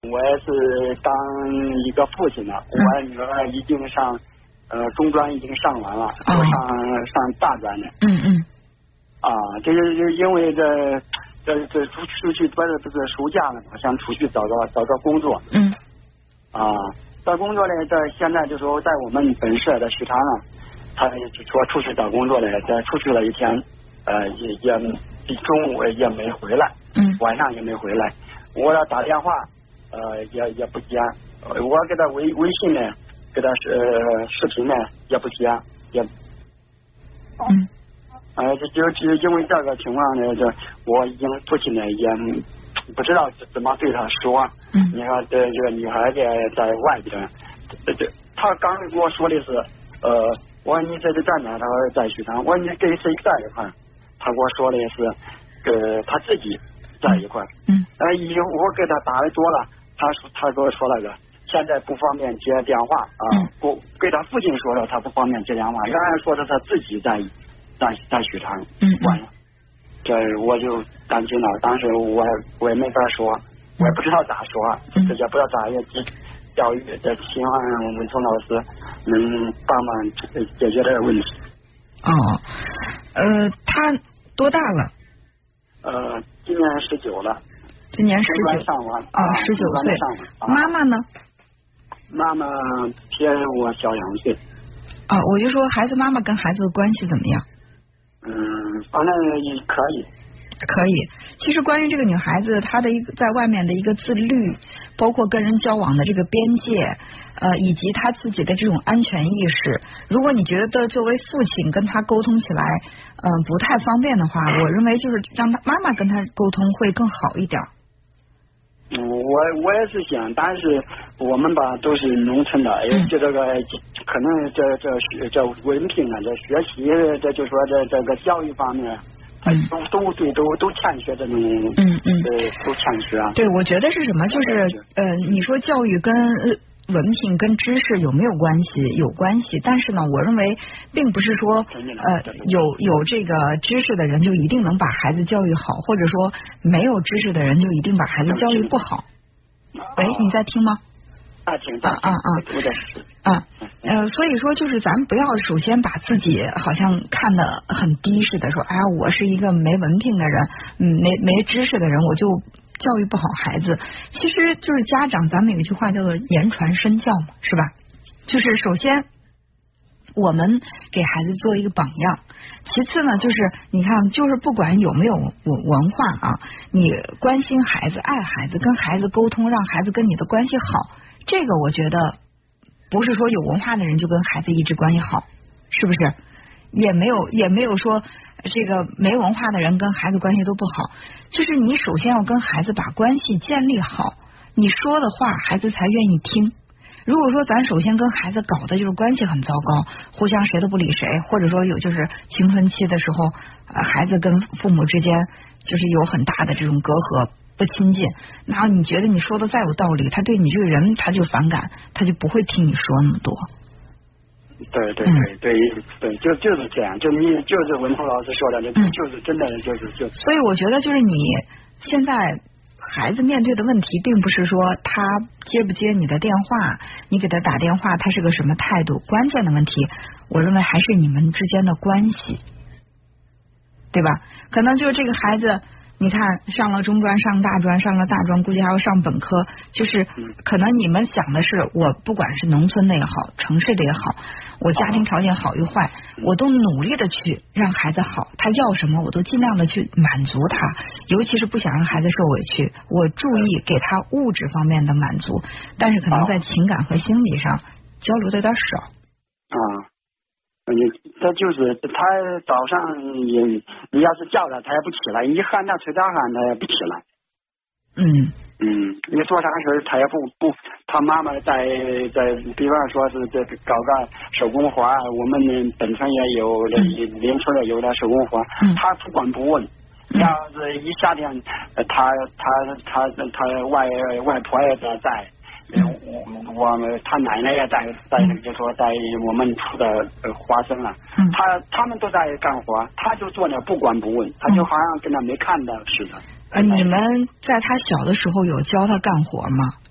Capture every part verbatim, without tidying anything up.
我也是当一个父亲了，嗯、我女儿已经上呃中专已经上完了，我、哦、上上大专了。 嗯嗯。 啊，这是因为这这这出出去不是不是暑假了嘛，想出去找找找找工作。 嗯。 啊，找工作呢，在现在就说在我们本社的食堂呢，他说出去找工作呢，在出去了一天，呃也也中午也没回来， 嗯， 晚上也没回来，我要打电话，呃也也不接，我给他微微信呢，给他是、呃、视频呢也不接，也嗯。 呃，就就就因为这个情况呢，这我已经父亲呢也不知道怎么对他说。 嗯。 你看这这个女孩子在外边，这这他刚跟我说的是，呃，我说你这是在哪？他说在食堂。我说你跟谁在一块？他给我说的是，呃，他自己在一块。 嗯。 呃，以我给他打的多了，他说他给我说了个，现在不方便接电话啊。 嗯。 不给他父亲说了，他不方便接电话。原来说的他自己在。在在食堂， 嗯， 完了，这我就担心了。当时我我也没法说，我也不知道咋说，这、嗯、也不知道咋也教育，这希望文聪老师能帮忙解决这个问题。 哦，呃，他多大了？ 呃，今年十九了。 今年十九。 上完啊，十九岁。 啊、 妈妈呢？ 妈妈比我小两岁。 啊，我就说孩子妈妈跟孩子的关系怎么样？ 嗯，反正也可以， 可以。其实关于这个女孩子，她的一个在外面的一个自律，包括跟人交往的这个边界，呃，以及她自己的这种安全意识，如果你觉得作为父亲跟她沟通起来，嗯、呃，不太方便的话，我认为就是让她妈妈跟她沟通会更好一点。 嗯，我我也是想，但是我们吧都是农村的，哎、嗯，就这个可能这这学这文凭啊，这学习，这就说这这个教育方面，嗯，都都对都都欠缺这种， 嗯嗯， 呃，都欠缺啊。 对，我觉得是什么？就是呃，你说教育跟呃。文凭跟知识有没有关系？有关系，但是呢，我认为并不是说呃有有这个知识的人就一定能把孩子教育好，或者说没有知识的人就一定把孩子教育不好。喂，你在听吗？ 啊，听啊啊啊啊呃，所以说就是咱们不要首先把自己好像看得很低似的，说哎呀，我是一个没文凭的人，嗯，没没知识的人，我就教育不好孩子。其实就是家长，咱们有一句话叫做言传身教嘛，是吧？就是首先我们给孩子做一个榜样，其次呢，就是你看，就是不管有没有文文化啊，你关心孩子、爱孩子，跟孩子沟通，让孩子跟你的关系好，这个我觉得不是说有文化的人就跟孩子一直关系好，是不是？也没有也没有说这个没文化的人跟孩子关系都不好，就是你首先要跟孩子把关系建立好，你说的话孩子才愿意听。如果说咱首先跟孩子搞的就是关系很糟糕，互相谁都不理谁，或者说有就是青春期的时候，呃，孩子跟父母之间就是有很大的这种隔阂，不亲近，然后你觉得你说的再有道理，他对你这个人他就反感，他就不会听你说那么多。 对对对对、嗯、对，就就是这样，就你就是文涛老师说的，就、嗯、就是真的就是就。 所以我觉得就是你现在孩子面对的问题，并不是说他接不接你的电话，你给他打电话他是个什么态度，关键的问题，我认为还是你们之间的关系，对吧？可能就是这个孩子。你看，上了中专，上大专，上了大专，估计还要上本科。就是可能你们想的是，我不管是农村的也好，城市的也好，我家庭条件好与坏，我都努力的去让孩子好。他要什么，我都尽量的去满足他。尤其是不想让孩子受委屈，我注意给他物质方面的满足，但是可能在情感和心理上交流的有点少。 啊。嗯，他就是他早上也，你要是叫他，他也不起来；你喊他吹点汗，他也不起来。 嗯嗯，你做啥事他也不不，他妈妈在在，比方说是这搞个手工活，我们本村也有，邻邻村也有点手工活， 嗯、 他不管不问。 嗯、 要是一夏天，他他他他外外婆也在在。嗯，我我他奶奶也在在那个，就说在我们出的花生啊， 嗯， 他他们都在干活，他就坐那不管不问，他就好像跟他没看到似的。 呃，你们在他小的时候有教他干活吗？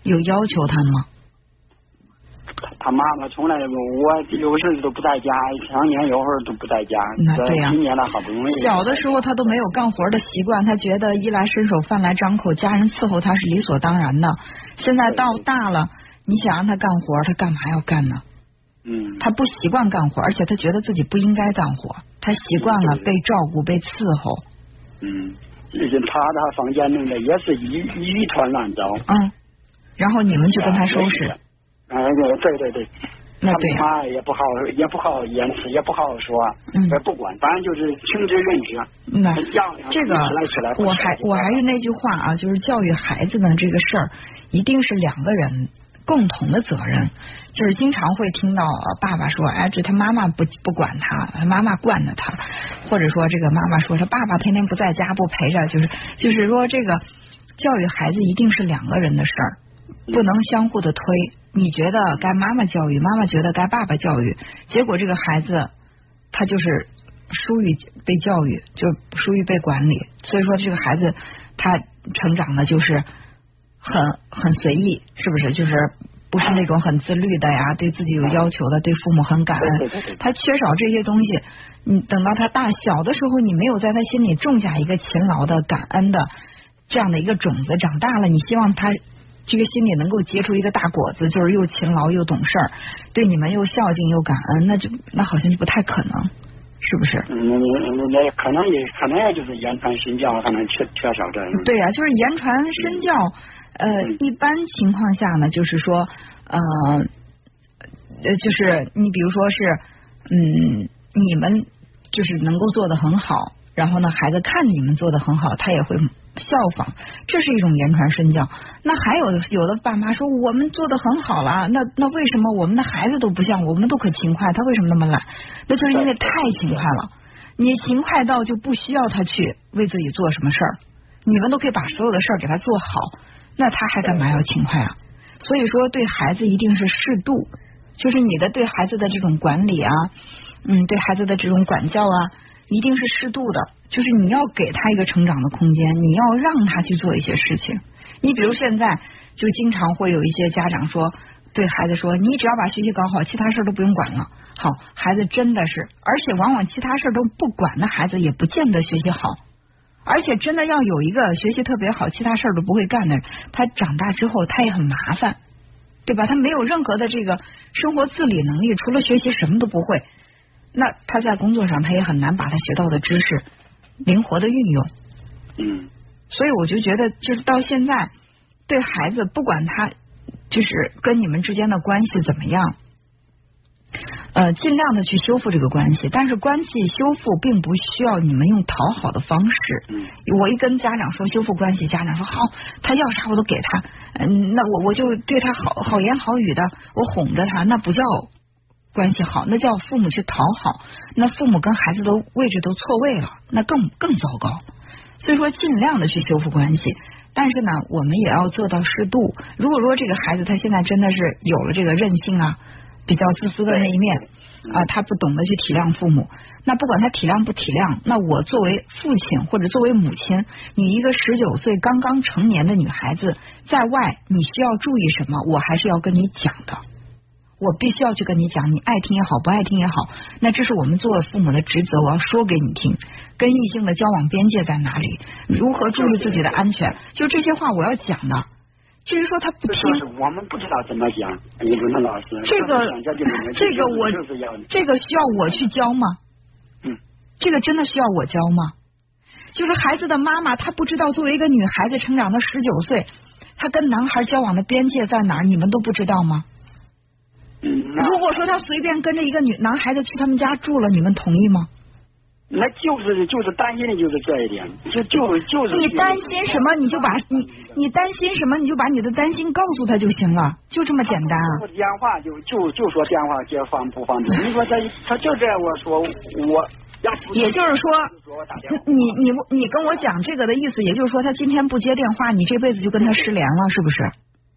有要求他吗？ 他妈妈从来我有时候都不在家，常年有时候都不在家。 那对呀、啊， 今年了好不容易。 小的时候他都没有干活的习惯，他觉得衣来伸手饭来张口，家人伺候他是理所当然的。现在到大了，你想让他干活，他干嘛要干呢？ 嗯。 他不习惯干活，而且他觉得自己不应该干活，他习惯了被照顾、被伺候。 嗯，他他房间弄的也是一一团乱糟。 嗯。然后你们去跟他收拾。 哎，对对对， 那对呀、啊，也不好，也不好言辞，也不好说， 嗯， 也不管，反正就是听之任之。 那这个，我还我还是那句话啊，就是教育孩子呢这个事儿，一定是两个人共同的责任。就是经常会听到爸爸说，哎，这他妈妈不不管他，他妈妈惯着他，或者说这个妈妈说他爸爸天天不在家不陪着，就是就是说这个教育孩子一定是两个人的事儿。不能相互的推，你觉得该妈妈教育，妈妈觉得该爸爸教育，结果这个孩子他就是疏于被教育，就疏于被管理，所以说这个孩子他成长的就是很很随意，是不是？就是不是那种很自律的呀，对自己有要求的，对父母很感恩，他缺少这些东西。你等到他大小的时候，你没有在他心里种下一个勤劳的、感恩的这样的一个种子，长大了，你希望他这个心里能够结出一个大果子，就是又勤劳又懂事儿，对你们又孝敬又感恩，那就那好像就不太可能，是不是？ 嗯，那可能也可能也就是言传身教，可能缺缺少这种。 对呀、啊，就是言传身教。呃， 嗯、 一般情况下呢，就是说，呃，呃，就是你比如说是，嗯，你们就是能够做得很好，然后呢，孩子看你们做得很好，他也会效仿，这是一种言传身教。那还有有的爸妈说我们做得很好了，那那为什么我们的孩子都不像我们都可勤快，他为什么那么懒？那就是因为太勤快了。你勤快到就不需要他去为自己做什么事儿，你们都可以把所有的事儿给他做好，那他还干嘛要勤快啊？所以说对孩子一定是适度，就是你的对孩子的这种管理啊，嗯，对孩子的这种管教啊，一定是适度的，就是你要给他一个成长的空间，你要让他去做一些事情。你比如现在就经常会有一些家长说对孩子说，你只要把学习搞好，其他事都不用管了。好，孩子真的是，而且往往其他事都不管的孩子也不见得学习好，而且真的要有一个学习特别好，其他事都不会干的人，他长大之后他也很麻烦，对吧？他没有任何的这个生活自理能力，除了学习什么都不会，那他在工作上他也很难把他学到的知识灵活的运用。 嗯， 所以我就觉得，就是到现在对孩子，不管他就是跟你们之间的关系怎么样，呃，尽量的去修复这个关系，但是关系修复并不需要你们用讨好的方式。 嗯， 我一跟家长说修复关系，家长说好，他要啥我都给他，嗯，那我我就对他好好言好语的，我哄着他，那不叫关系好，那叫父母去讨好，那父母跟孩子的位置都错位了，那更更糟糕。所以说尽量的去修复关系，但是呢我们也要做到适度。如果说这个孩子他现在真的是有了这个任性啊，比较自私的那一面啊，他不懂得去体谅父母，那不管他体谅不体谅，那我作为父亲或者作为母亲，你一个十九岁刚刚成年的女孩子在外，你需要注意什么，我还是要跟你讲的，我必须要去跟你讲，你爱听也好，不爱听也好，那这是我们作为父母的职责，我要说给你听。跟异性的交往边界在哪里？如何注意自己的安全？就这些话我要讲的。至于说他不听， 我们不知道怎么讲。你说那老师， 这个这个我这个需要我去教吗？ 嗯， 这个真的需要我教吗？就是孩子的妈妈，她不知道作为一个女孩子成长到十九岁，她跟男孩交往的边界在哪儿？你们都不知道吗？ 嗯， 如果说他随便跟着一个女男孩子去他们家住了，你们同意吗？ 那就是就是担心的就是这一点，就就就是你担心什么，你就把你你担心什么，你就把你的担心告诉他就行了，就这么简单啊。 电话就就就说电话接方不方便，你说他他就这样我说我要不， 也就是说，你你你跟我讲这个的意思，也就是说他今天不接电话，你这辈子就跟他失联了，是不是？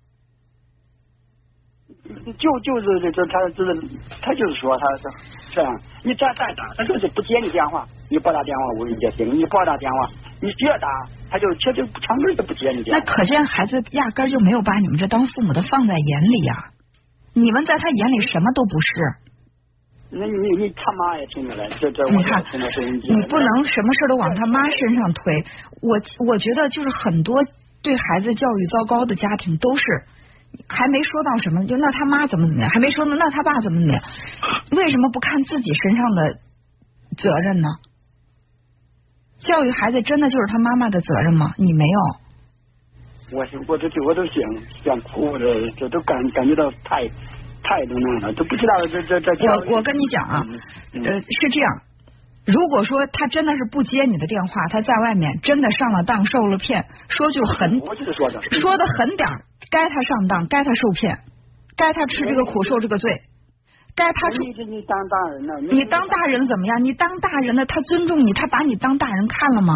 就就是这他这他就是说他这样，你再再打，他就是不接你电话， 你拨打电话我也行，你拨打电话你越打他就他就长根就不接你电话。 那可见孩子压根就没有把你们这当父母的放在眼里呀、啊，你们在他眼里什么都不是。 那你你他妈也听着了，这这你看，你不能什么事都往他妈身上推。我我觉得就是很多对孩子教育糟糕的家庭都是还没说到什么，就那他妈怎么怎么样，还没说呢，那他爸怎么怎么样，为什么不看自己身上的责任呢？教育孩子真的就是他妈妈的责任吗？你没有。 我我这我都想想哭的，这都感感觉到太太多那了，都不知道这这这。 我我跟你讲啊，嗯嗯、呃，是这样。如果说他真的是不接你的电话，他在外面真的上了当受了骗，说句狠， 我就是说的， 说的狠点，该他上当，该他受骗，该他吃这个苦受这个罪，该他出。 你你当大人了， 你当大人怎么样？你当大人了，他尊重你，他把你当大人看了吗？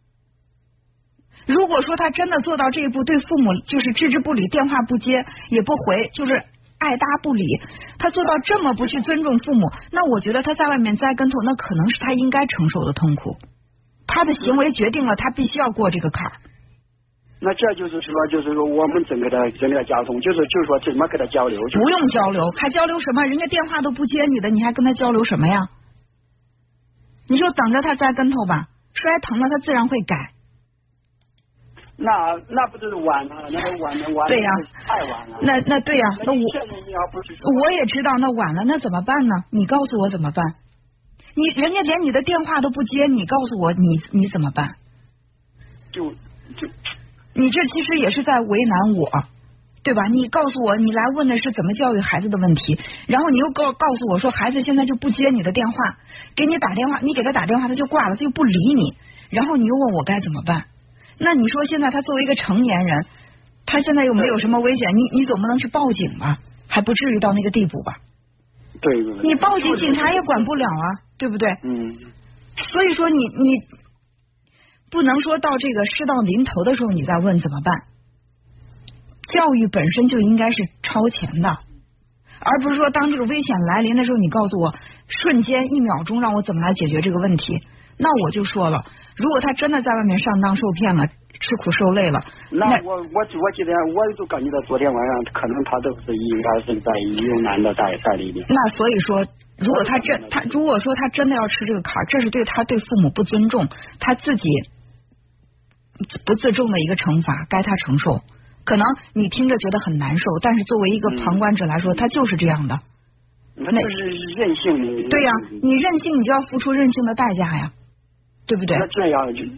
如果说他真的做到这一步，对父母就是置之不理，电话不接也不回，就是爱搭不理，他做到这么不去尊重父母，那我觉得他在外面栽跟头，那可能是他应该承受的痛苦。他的行为决定了他必须要过这个坎儿。 那这就是说，就是说我们整个的整个交通，就是就是说怎么跟他交流？ 不用交流，还交流什么？人家电话都不接你的，你还跟他交流什么呀？你就等着他栽跟头吧，摔疼了他自然会改。 那那不就是晚了？那个晚了晚了， 对呀、 啊，太晚了。 那那对呀、啊，那我我我也知道，那晚了，那怎么办呢？你告诉我怎么办？你人家连你的电话都不接，你告诉我你你怎么办？ 就就你这其实也是在为难我，对吧？你告诉我，你来问的是怎么教育孩子的问题，然后你又告告诉我说孩子现在就不接你的电话，给你打电话，你给他打电话他就挂了，他就不理你，然后你又问我该怎么办？那你说现在他作为一个成年人，他现在又没有什么危险，你你总不能去报警吧？还不至于到那个地步吧？ 对对。 你报警，警察也管不了啊，对不对？ 嗯。 所以说你你不能说到这个事到临头的时候你再问怎么办？教育本身就应该是超前的，而不是说当这个危险来临的时候，你告诉我瞬间一秒钟让我怎么来解决这个问题？那我就说了，如果他真的在外面上当受骗了，吃苦受累了， 那我我我记得我就感觉到昨天晚上可能他都是应该是在有男的在在里面。 那所以说，如果他真他如果说他真的要吃这个坎儿，这是对他对父母不尊重，他自己不自重的一个惩罚，该他承受。可能你听着觉得很难受，但是作为一个旁观者来说，嗯、他就是这样的。 那就是任性的。 对呀、啊，你任性，你就要付出任性的代价呀。对不对？ 那这样就，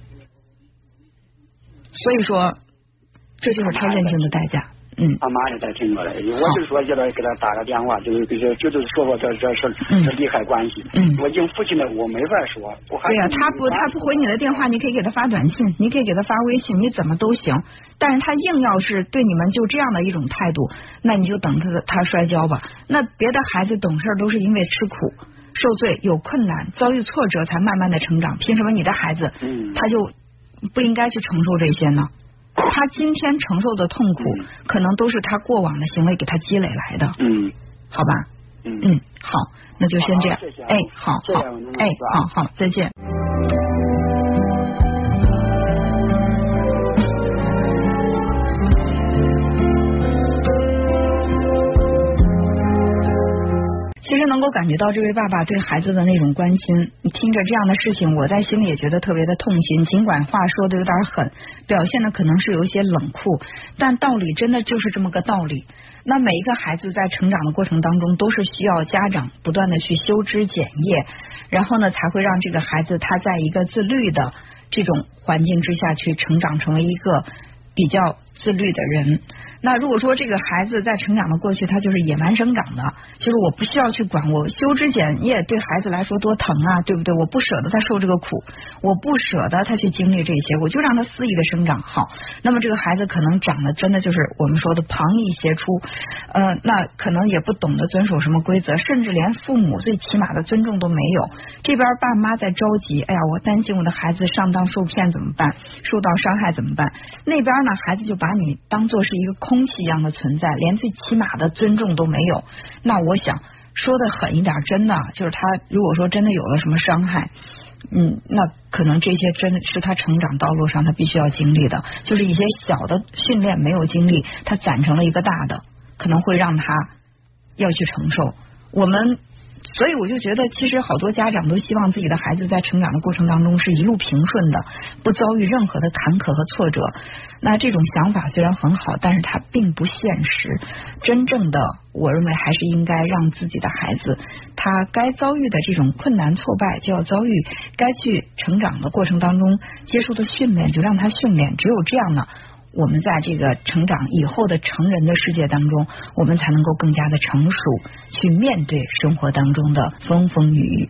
所以说，这就是他任性的代价。嗯， 他妈也在听过来，我就说现在给他打个电话，就是就是就是说说这这事，这利害关系。嗯，我应父亲的我没法说。我还对呀、啊，他不他不回你的电话，你可以给他发短信，你可以给他发微信，你怎么都行。但是他硬要是对你们就这样的一种态度，那你就等他他摔跤吧。那别的孩子懂事都是因为吃苦。受罪有困难遭遇挫折才慢慢的成长，凭什么你的孩子、嗯、他就不应该去承受这些呢？他今天承受的痛苦、嗯、可能都是他过往的行为给他积累来的。 嗯， 好吧。嗯嗯，好，那就先这样。哎，好好，哎，好好，再见。其实能够感觉到这位爸爸对孩子的那种关心，听着这样的事情，我在心里也觉得特别的痛心。尽管话说的有点狠，表现的可能是有一些冷酷，但道理真的就是这么个道理。那每一个孩子在成长的过程当中，都是需要家长不断的去修枝剪叶，然后呢，才会让这个孩子他在一个自律的这种环境之下去成长，成为一个比较自律的人。那如果说这个孩子在成长的过去他就是野蛮生长的，就是我不需要去管，我修枝剪叶对孩子来说多疼啊，对不对？我不舍得他受这个苦，我不舍得他去经历这些，我就让他肆意的生长。好，那么这个孩子可能长得真的就是我们说的旁逸斜出，呃，那可能也不懂得遵守什么规则，甚至连父母最起码的尊重都没有。这边爸妈在着急，哎呀，我担心我的孩子上当受骗怎么办，受到伤害怎么办？那边呢，孩子就把你当作是一个空气一样的存在，连最起码的尊重都没有。那我想说的狠一点，真的就是他如果说真的有了什么伤害， 嗯，那可能这些真的是他成长道路上他必须要经历的，就是一些小的训练没有经历，他攒成了一个大的，可能会让他要去承受。我们所以我就觉得，其实好多家长都希望自己的孩子在成长的过程当中是一路平顺的，不遭遇任何的坎坷和挫折。那这种想法虽然很好，但是它并不现实。真正的，我认为还是应该让自己的孩子，他该遭遇的这种困难挫败就要遭遇，该去成长的过程当中接受的训练就让他训练。只有这样呢，我们在这个成长以后的成人的世界当中，我们才能够更加的成熟，去面对生活当中的风风雨雨。